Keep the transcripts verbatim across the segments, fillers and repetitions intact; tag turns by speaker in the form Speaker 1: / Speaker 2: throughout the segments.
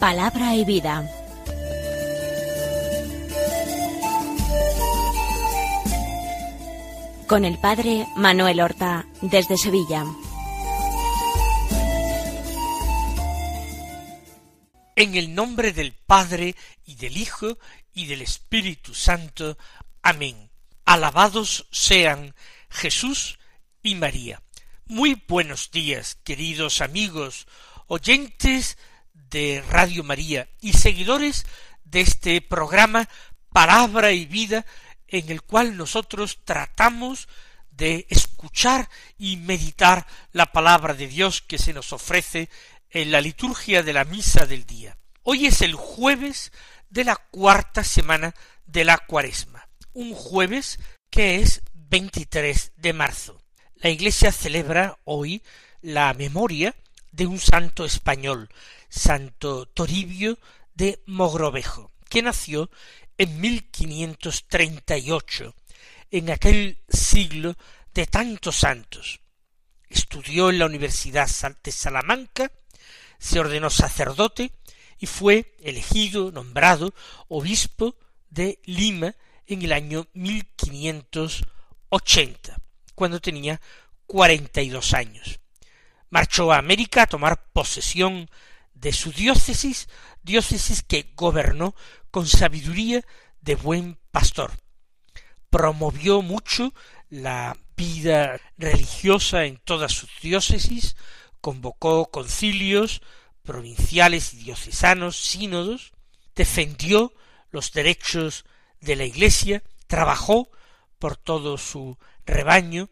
Speaker 1: Palabra y vida. Con el padre Manuel Horta, desde Sevilla.
Speaker 2: En el nombre del Padre, y del Hijo, y del Espíritu Santo. Amén. Alabados sean Jesús y María. Muy buenos días, queridos amigos, oyentes de Radio María y seguidores de este programa Palabra y Vida, en el cual nosotros tratamos de escuchar y meditar la palabra de Dios que se nos ofrece en la liturgia de la misa del día. Hoy es el jueves de la cuarta semana de la Cuaresma, un jueves que es veintitrés de marzo. La Iglesia celebra hoy la memoria de un santo español, Santo Toribio de Mogrovejo, que nació en mil quinientos treinta y ocho, en aquel siglo de tantos santos. Estudió en la Universidad de Salamanca, se ordenó sacerdote y fue elegido, nombrado obispo de Lima en el año mil quinientos ochenta, cuando tenía cuarenta y dos años. Marchó a América a tomar posesión de su diócesis, diócesis que gobernó con sabiduría de buen pastor. Promovió mucho la vida religiosa en todas sus diócesis, convocó concilios provinciales y diocesanos, sínodos, defendió los derechos de la Iglesia, trabajó por todo su rebaño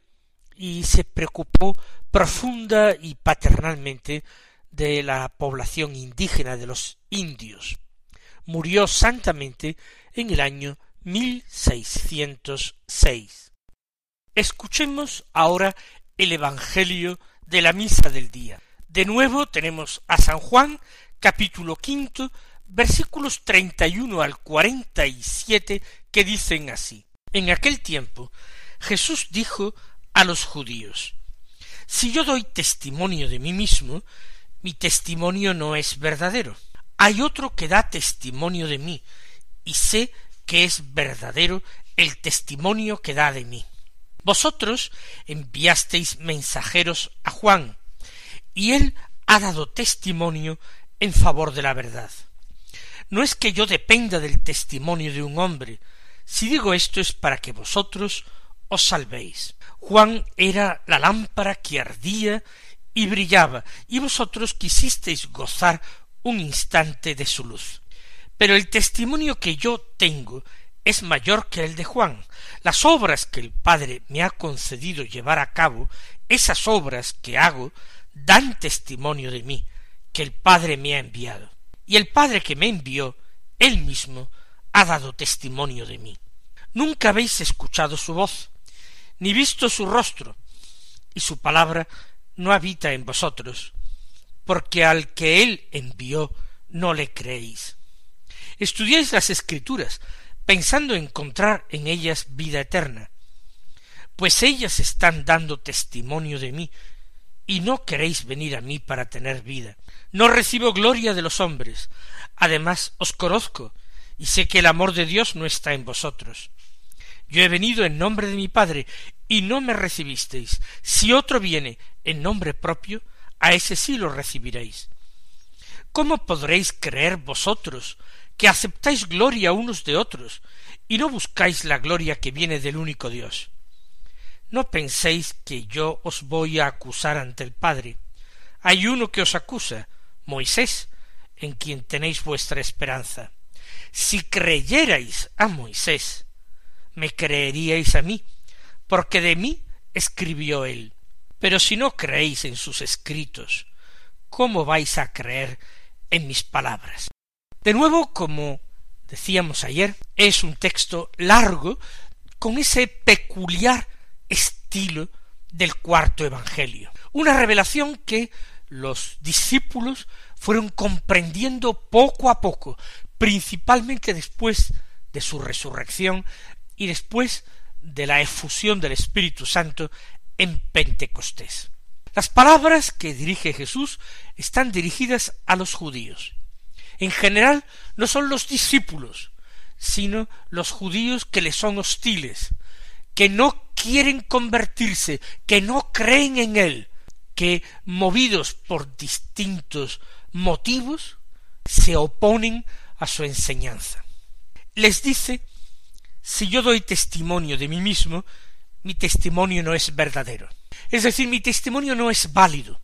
Speaker 2: y se preocupó profunda y paternalmente de la población indígena, de los indios. Murió santamente en el año mil seiscientos seis. Escuchemos ahora el Evangelio de la misa del día. De nuevo tenemos a San Juan, capítulo quinto, versículos treinta y uno al cuarenta y siete, que dicen así: En aquel tiempo Jesús dijo a los judíos: Si yo doy testimonio de mí mismo, mi testimonio no es verdadero. Hay otro que da testimonio de mí, y sé que es verdadero el testimonio que da de mí. Vosotros enviasteis mensajeros a Juan, y él ha dado testimonio en favor de la verdad. No es que yo dependa del testimonio de un hombre. Si digo esto es para que vosotros os salvéis. Juan era la lámpara que ardía y brillaba, y vosotros quisisteis gozar un instante de su luz. Pero el testimonio que yo tengo es mayor que el de Juan. Las obras que el Padre me ha concedido llevar a cabo, esas obras que hago, dan testimonio de mí, que el Padre me ha enviado. Y el Padre que me envió, él mismo, ha dado testimonio de mí. Nunca habéis escuchado su voz, ni visto su rostro, y su palabra no habita en vosotros, porque al que él envió no le creéis. Estudiáis las Escrituras, pensando encontrar en ellas vida eterna, pues ellas están dando testimonio de mí, y no queréis venir a mí para tener vida. No recibo gloria de los hombres, además os conozco, y sé que el amor de Dios no está en vosotros. Yo he venido en nombre de mi Padre, y no me recibisteis. Si otro viene en nombre propio, a ese sí lo recibiréis. ¿Cómo podréis creer vosotros, que aceptáis gloria unos de otros, y no buscáis la gloria que viene del único Dios? No penséis que yo os voy a acusar ante el Padre. Hay uno que os acusa, Moisés, en quien tenéis vuestra esperanza. Si creyerais a Moisés, me creeríais a mí, porque de mí escribió él. Pero si no creéis en sus escritos, ¿cómo vais a creer en mis palabras? De nuevo, como decíamos ayer, es un texto largo, con ese peculiar estilo del cuarto evangelio. Una revelación que los discípulos fueron comprendiendo poco a poco, principalmente después de su resurrección y después de la efusión del Espíritu Santo en Pentecostés. Las palabras que dirige Jesús están dirigidas a los judíos, En general no son los discípulos, sino los judíos que le son hostiles, que no quieren convertirse, que no creen en él, que movidos por distintos motivos se oponen a su enseñanza. Les dice: si yo doy testimonio de mí mismo, mi testimonio no es verdadero. Es decir, mi testimonio no es válido.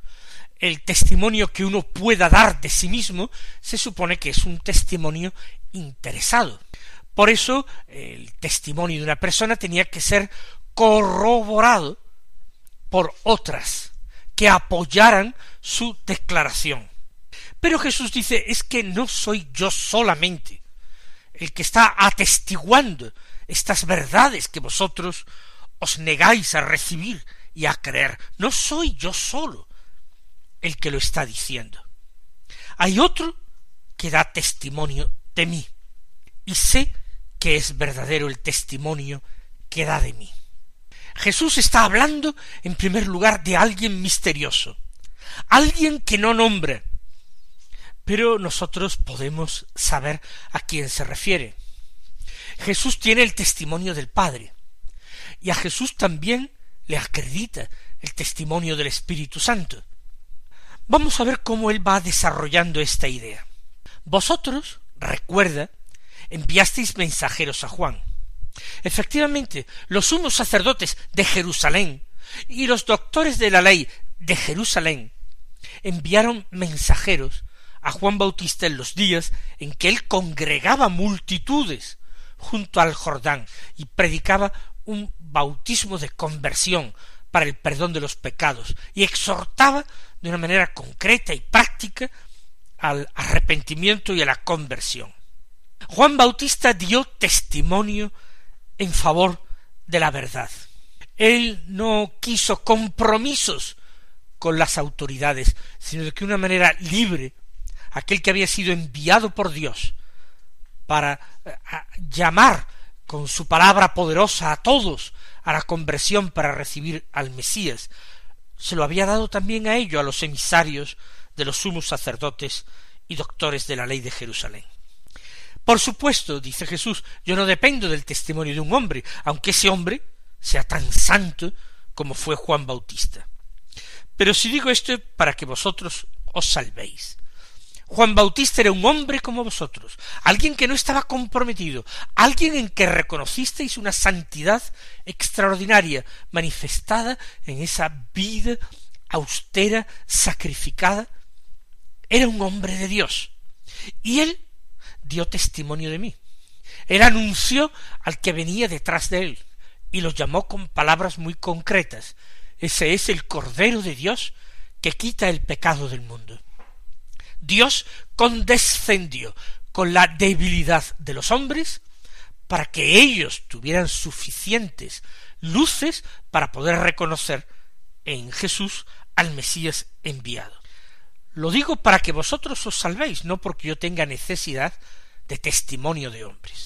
Speaker 2: El testimonio que uno pueda dar de sí mismo se supone que es un testimonio interesado. Por eso el testimonio de una persona tenía que ser corroborado por otras que apoyaran su declaración. Pero Jesús dice: es que no soy yo solamente el que está atestiguando estas verdades que vosotros os negáis a recibir y a creer. No soy yo solo el que lo está diciendo. Hay otro que da testimonio de mí, y sé que es verdadero el testimonio que da de mí. Jesús está hablando, en primer lugar, de alguien misterioso, alguien que no nombra, pero nosotros podemos saber a quién se refiere. Jesús tiene el testimonio del Padre, y a Jesús también le acredita el testimonio del Espíritu Santo. Vamos a ver cómo él va desarrollando esta idea. Vosotros, recuerda, enviasteis mensajeros a Juan. Efectivamente, los sumos sacerdotes de Jerusalén y los doctores de la ley de Jerusalén enviaron mensajeros a Juan Bautista en los días en que él congregaba multitudes junto al Jordán y predicaba un bautismo de conversión para el perdón de los pecados y exhortaba de una manera concreta y práctica al arrepentimiento y a la conversión. Juan Bautista dio testimonio en favor de la verdad. Él no quiso compromisos con las autoridades, sino de que de una manera libre, aquel que había sido enviado por Dios para llamar con su palabra poderosa a todos a la conversión para recibir al Mesías, se lo había dado también a ello, a los emisarios de los sumos sacerdotes y doctores de la ley de Jerusalén. Por supuesto, dice Jesús, yo no dependo del testimonio de un hombre, aunque ese hombre sea tan santo como fue Juan Bautista. Pero si digo esto es para que vosotros os salvéis. Juan Bautista era un hombre como vosotros, alguien que no estaba comprometido, alguien en que reconocisteis una santidad extraordinaria manifestada en esa vida austera, sacrificada. Era un hombre de Dios, y él dio testimonio de mí. Él anunció al que venía detrás de él, y lo llamó con palabras muy concretas. Ese es el Cordero de Dios que quita el pecado del mundo. Dios condescendió con la debilidad de los hombres para que ellos tuvieran suficientes luces para poder reconocer en Jesús al Mesías enviado. Lo digo para que vosotros os salvéis, no porque yo tenga necesidad de testimonio de hombres.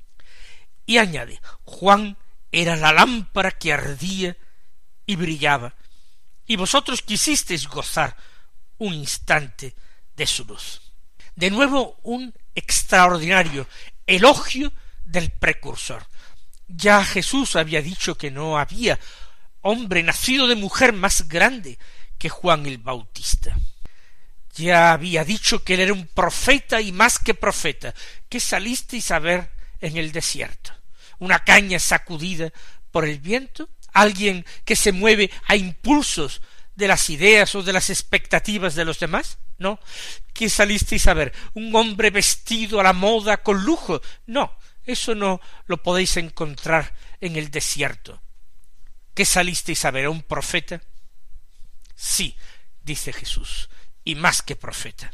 Speaker 2: Y añade, Juan era la lámpara que ardía y brillaba, y vosotros quisisteis gozar un instante de su luz. De nuevo un extraordinario elogio del precursor. Ya Jesús había dicho que no había hombre nacido de mujer más grande que Juan el Bautista. Ya había dicho que él era un profeta y más que profeta. ¿Qué salisteis a ver en el desierto? ¿Una caña sacudida por el viento? ¿Alguien que se mueve a impulsos de las ideas o de las expectativas de los demás? No. ¿Qué salisteis a ver? ¿Un hombre vestido a la moda con lujo? No, eso no lo podéis encontrar en el desierto. ¿Qué salisteis a ver? ¿A un profeta? Sí, dice Jesús, y más que profeta.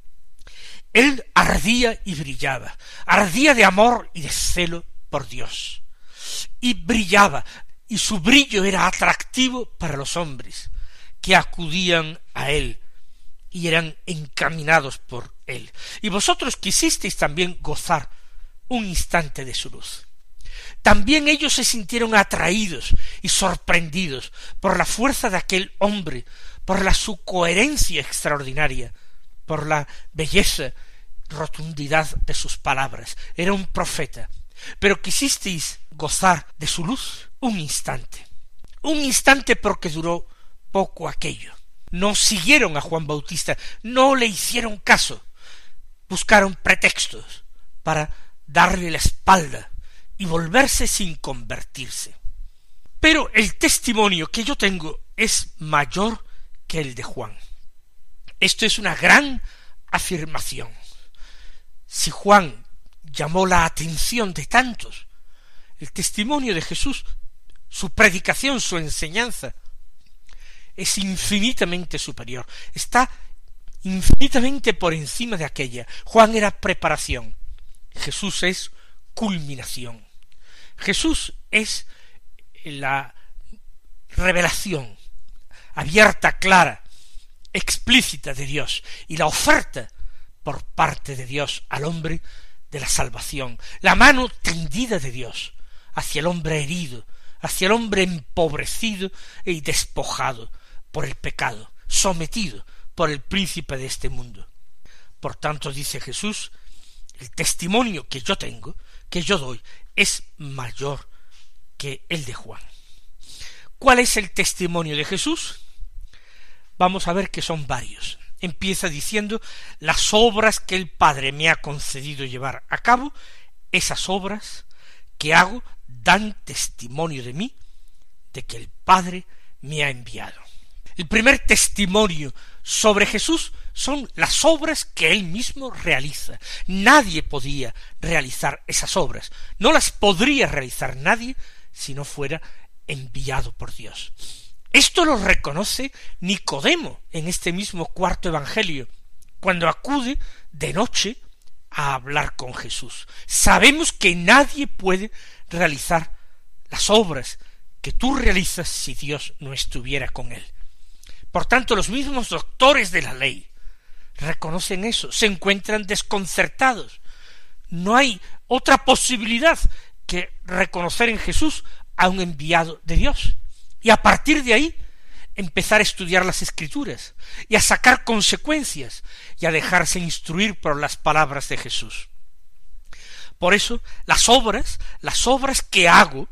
Speaker 2: Él ardía y brillaba, ardía de amor y de celo por Dios, y brillaba, y su brillo era atractivo para los hombres que acudían a él y eran encaminados por él. Y vosotros quisisteis también gozar un instante de su luz. También ellos se sintieron atraídos y sorprendidos por la fuerza de aquel hombre, por la su coherencia extraordinaria, por la belleza rotundidad de sus palabras. Era un profeta. Pero quisisteis gozar de su luz un instante. Un instante porque duró poco aquello. No siguieron a Juan Bautista, no le hicieron caso. Buscaron pretextos para darle la espalda y volverse sin convertirse. Pero el testimonio que yo tengo es mayor que el de Juan. Esto es una gran afirmación. Si Juan llamó la atención de tantos, el testimonio de Jesús, su predicación, su enseñanza, es infinitamente superior, está infinitamente por encima de aquella. Juan era preparación, Jesús es culminación. Jesús es la revelación abierta, clara, explícita de Dios, y la oferta por parte de Dios al hombre de la salvación, la mano tendida de Dios hacia el hombre herido, hacia el hombre empobrecido y despojado por el pecado, sometido por el príncipe de este mundo. Por tanto, dice Jesús, el testimonio que yo tengo, que yo doy, es mayor que el de Juan. ¿Cuál es el testimonio de Jesús? Vamos a ver que son varios. Empieza diciendo, las obras que el Padre me ha concedido llevar a cabo, esas obras que hago dan testimonio de mí, de que el Padre me ha enviado. El primer testimonio sobre Jesús son las obras que él mismo realiza. Nadie podía realizar esas obras. No las podría realizar nadie si no fuera enviado por Dios. Esto lo reconoce Nicodemo en este mismo cuarto evangelio, cuando acude de noche a hablar con Jesús. Sabemos que nadie puede realizar las obras que tú realizas si Dios no estuviera con él. Por tanto, los mismos doctores de la ley reconocen eso, se encuentran desconcertados. No hay otra posibilidad que reconocer en Jesús a un enviado de Dios. Y a partir de ahí, empezar a estudiar las Escrituras, y a sacar consecuencias, y a dejarse instruir por las palabras de Jesús. Por eso, las obras, las obras que hago,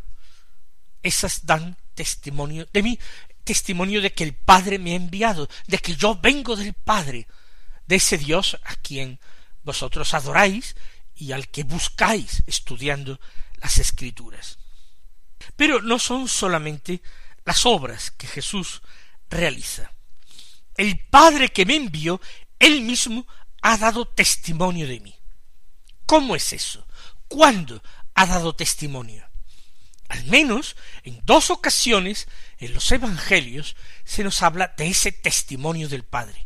Speaker 2: esas dan testimonio de mí, testimonio de que el Padre me ha enviado, de que yo vengo del Padre, de ese Dios a quien vosotros adoráis y al que buscáis estudiando las Escrituras. Pero no son solamente las obras que Jesús realiza. El Padre que me envió, él mismo ha dado testimonio de mí. ¿Cómo es eso? ¿Cuándo ha dado testimonio? Al menos en dos ocasiones en los evangelios se nos habla de ese testimonio del Padre.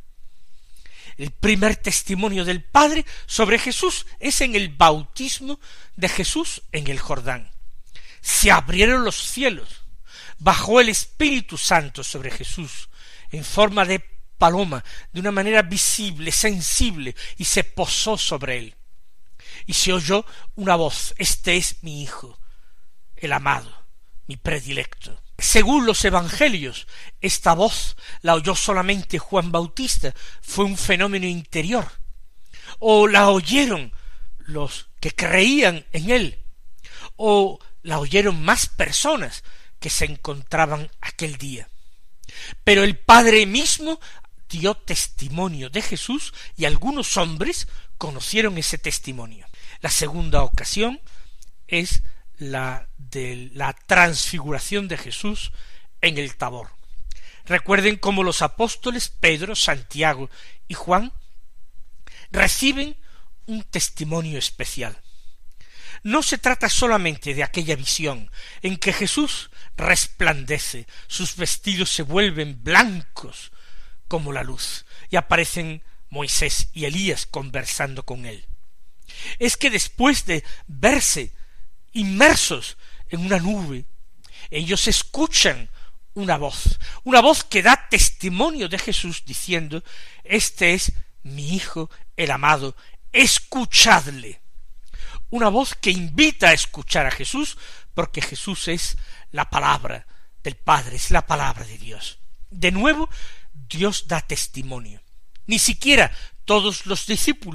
Speaker 2: El primer testimonio del Padre sobre Jesús es en el bautismo de Jesús en el Jordán. Se abrieron los cielos, bajó el Espíritu Santo sobre Jesús en forma de paloma, de una manera visible, sensible, y se posó sobre él. Y se oyó una voz: este es mi Hijo, el amado, mi predilecto. Según los evangelios, esta voz la oyó solamente Juan Bautista, fue un fenómeno interior, o la oyeron los que creían en él, o la oyeron más personas que se encontraban aquel día. Pero el Padre mismo dio testimonio de Jesús y algunos hombres conocieron ese testimonio. La segunda ocasión es la de la transfiguración de Jesús en el Tabor. Recuerden cómo los apóstoles Pedro, Santiago y Juan reciben un testimonio especial. No se trata solamente de aquella visión en que Jesús resplandece, sus vestidos se vuelven blancos como la luz, y aparecen Moisés y Elías conversando con él. Es que después de verse inmersos en una nube, ellos escuchan una voz, una voz que da testimonio de Jesús diciendo: este es mi Hijo, el amado, escuchadle. Una voz que invita a escuchar a Jesús, porque Jesús es la palabra del Padre, es la palabra de Dios. De nuevo, Dios da testimonio. Ni siquiera todos los discípulos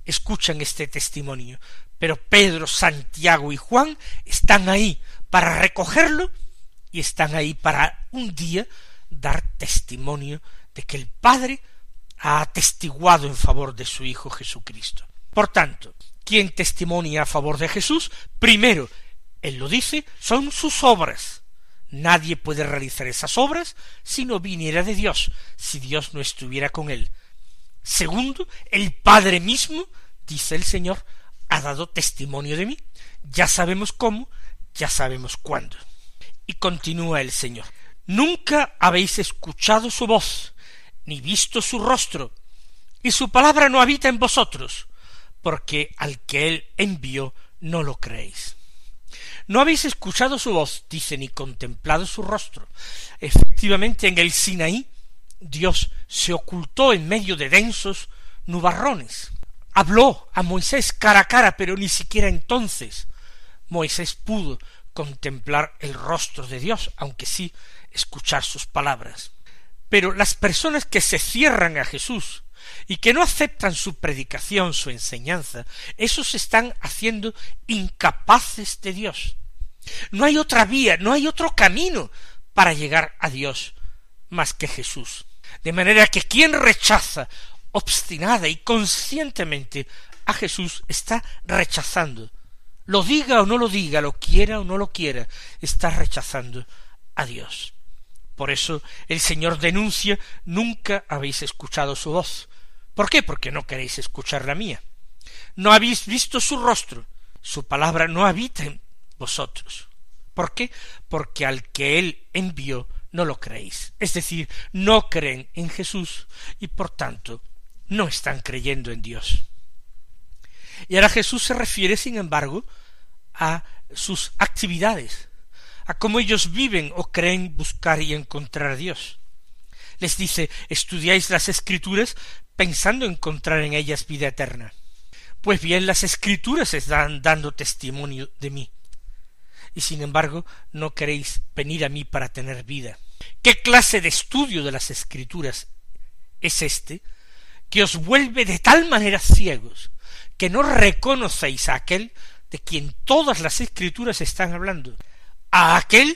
Speaker 2: escuchan este testimonio, pero Pedro, Santiago y Juan están ahí para recogerlo y están ahí para un día dar testimonio de que el Padre ha atestiguado en favor de su Hijo Jesucristo. Por tanto, quien testimonia a favor de Jesús, primero, él lo dice, son sus obras. Nadie puede realizar esas obras si no viniera de Dios, si Dios no estuviera con él. Segundo, el Padre mismo, dice el Señor, ha dado testimonio de mí. Ya sabemos cómo, ya sabemos cuándo. Y continúa el Señor. Nunca habéis escuchado su voz, ni visto su rostro, y su palabra no habita en vosotros, porque al que él envió no lo creéis. No habéis escuchado su voz, dice, ni contemplado su rostro. Efectivamente, en el Sinaí, Dios se ocultó en medio de densos nubarrones. Habló a Moisés cara a cara, pero ni siquiera entonces Moisés pudo contemplar el rostro de Dios, aunque sí escuchar sus palabras. Pero las personas que se cierran a Jesús y que no aceptan su predicación, su enseñanza, esos se están haciendo incapaces de Dios. No hay otra vía, no hay otro camino para llegar a Dios más que Jesús. De manera que quien rechaza obstinada y conscientemente a Jesús está rechazando, lo diga o no lo diga, lo quiera o no lo quiera, está rechazando a Dios. Por eso el Señor denuncia, nunca habéis escuchado su voz. ¿Por qué? Porque no queréis escuchar la mía. No habéis visto su rostro, su palabra no habita en vosotros. ¿Por qué? Porque al que él envió no lo creéis. Es decir, no creen en Jesús y por tanto no están creyendo en Dios. Y ahora Jesús se refiere, sin embargo, a sus actividades, a cómo ellos viven o creen buscar y encontrar a Dios. Les dice, estudiáis las Escrituras pensando encontrar en ellas vida eterna. Pues bien, las Escrituras están dando testimonio de mí, y sin embargo no queréis venir a mí para tener vida. ¿Qué clase de estudio de las Escrituras es este, que os vuelve de tal manera ciegos, que no reconocéis a aquel de quien todas las Escrituras están hablando, a aquel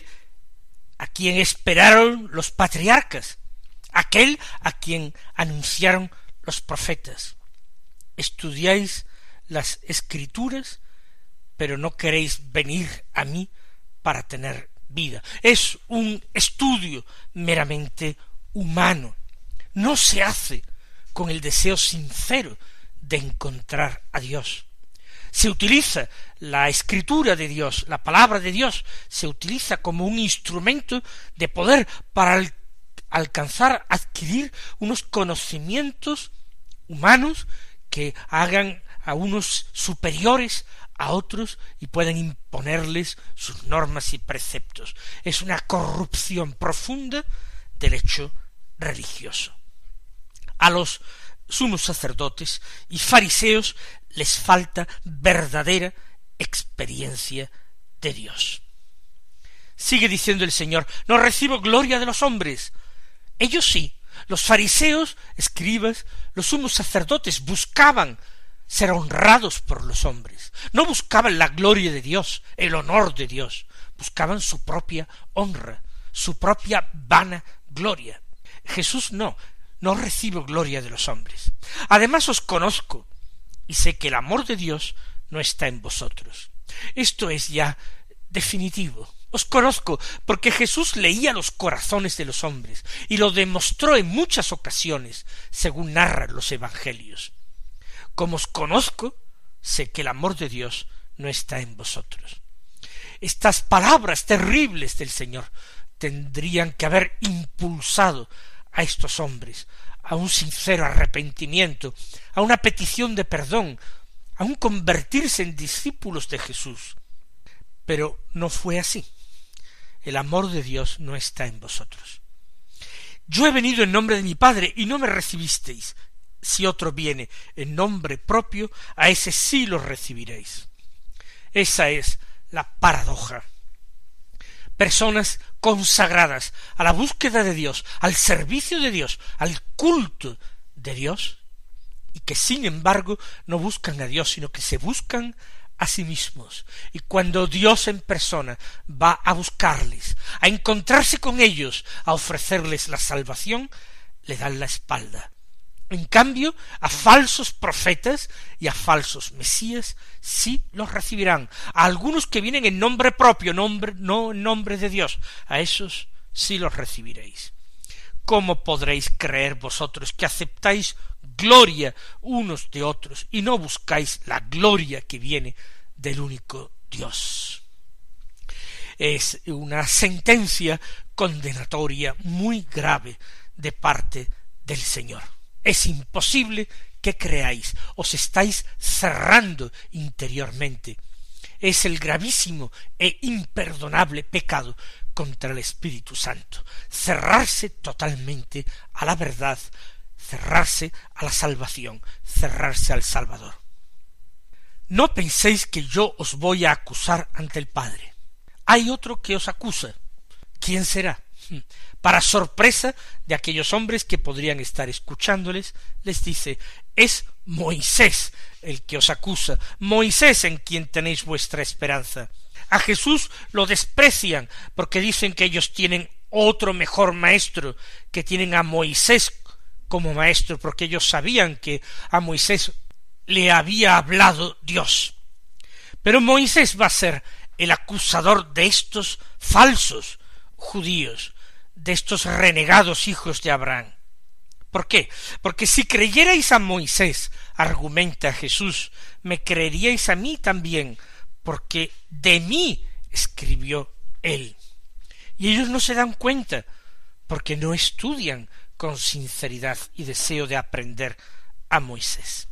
Speaker 2: a quien esperaron los patriarcas, aquel a quien anunciaron los profetas? Estudiáis las Escrituras, pero no queréis venir a mí para tener vida. Es un estudio meramente humano. No se hace con el deseo sincero de encontrar a Dios. Se utiliza la Escritura de Dios, la palabra de Dios, se utiliza como un instrumento de poder para al- alcanzar, adquirir unos conocimientos humanos que hagan a unos superiores a otros y pueden imponerles sus normas y preceptos. Es una corrupción profunda del hecho religioso. A los sumos sacerdotes y fariseos les falta verdadera experiencia de Dios. Sigue diciendo el Señor, no recibo gloria de los hombres. Ellos sí, los fariseos, escribas, los sumos sacerdotes buscaban ser honrados por los hombres. No buscaban la gloria de Dios, el honor de Dios. Buscaban su propia honra, su propia vana gloria. Jesús no, no recibo gloria de los hombres. Además os conozco y sé que el amor de Dios no está en vosotros. Esto es ya definitivo. Os conozco porque Jesús leía los corazones de los hombres y lo demostró en muchas ocasiones, según narran los evangelios. Como os conozco, sé que el amor de Dios no está en vosotros. Estas palabras terribles del Señor tendrían que haber impulsado a estos hombres a un sincero arrepentimiento, a una petición de perdón, a un convertirse en discípulos de Jesús. Pero no fue así. El amor de Dios no está en vosotros. Yo he venido en nombre de mi Padre y no me recibisteis. Si otro viene en nombre propio, a ese sí lo recibiréis. Esa es la paradoja. Personas consagradas a la búsqueda de Dios, al servicio de Dios, al culto de Dios, y que sin embargo no buscan a Dios, sino que se buscan a sí mismos. Y cuando Dios en persona va a buscarles, a encontrarse con ellos, a ofrecerles la salvación, le dan la espalda. En cambio, a falsos profetas y a falsos mesías sí los recibirán. A algunos que vienen en nombre propio, nombre, no en nombre de Dios, a esos sí los recibiréis. ¿Cómo podréis creer vosotros que aceptáis gloria unos de otros y no buscáis la gloria que viene del único Dios? Es una sentencia condenatoria muy grave de parte del Señor. Es imposible que creáis, os estáis cerrando interiormente. Es el gravísimo e imperdonable pecado contra el Espíritu Santo, cerrarse totalmente a la verdad, cerrarse a la salvación, cerrarse al Salvador. No penséis que yo os voy a acusar ante el Padre. Hay otro que os acusa. ¿Quién será? Para sorpresa de aquellos hombres que podrían estar escuchándoles, les dice, es Moisés el que os acusa, Moisés en quien tenéis vuestra esperanza. A Jesús lo desprecian porque dicen que ellos tienen otro mejor maestro, que tienen a Moisés como maestro, porque ellos sabían que a Moisés le había hablado Dios. Pero Moisés va a ser el acusador de estos falsos judíos, de estos renegados hijos de Abraham. ¿Por qué? Porque si creyerais a Moisés, argumenta Jesús, me creeríais a mí también, porque de mí escribió él. Y ellos no se dan cuenta, porque no estudian con sinceridad y deseo de aprender a Moisés.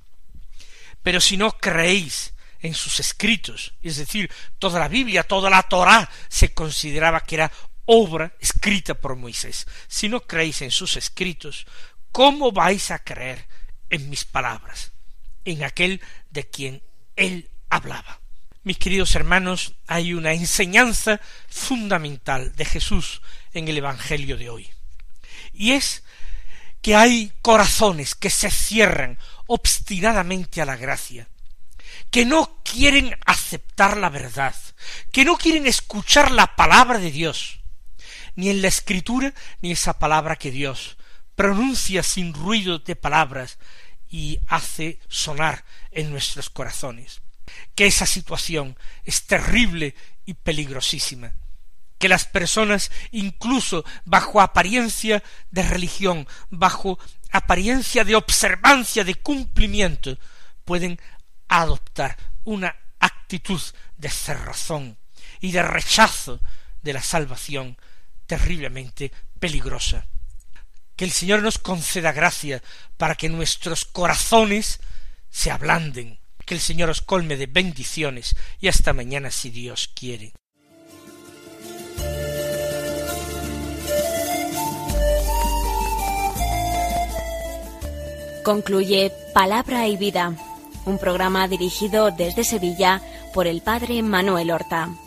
Speaker 2: Pero si no creéis en sus escritos, es decir, toda la Biblia, toda la Torá se consideraba que era obra escrita por Moisés. Si no creéis en sus escritos, ¿cómo vais a creer en mis palabras, en aquel de quien él hablaba? Mis queridos hermanos, hay una enseñanza fundamental de Jesús en el Evangelio de hoy, y es que hay corazones que se cierran obstinadamente a la gracia, que no quieren aceptar la verdad, que no quieren escuchar la palabra de Dios, ni en la Escritura, ni esa palabra que Dios pronuncia sin ruido de palabras y hace sonar en nuestros corazones. Que esa situación es terrible y peligrosísima, que las personas, incluso bajo apariencia de religión, bajo apariencia de observancia, de cumplimiento, pueden adoptar una actitud de cerrazón y de rechazo de la salvación terriblemente peligrosa. Que el Señor nos conceda gracia para que nuestros corazones se ablanden. Que el Señor os colme de bendiciones y hasta mañana si Dios quiere.
Speaker 1: Concluye Palabra y Vida, un programa dirigido desde Sevilla por el Padre Manuel Horta.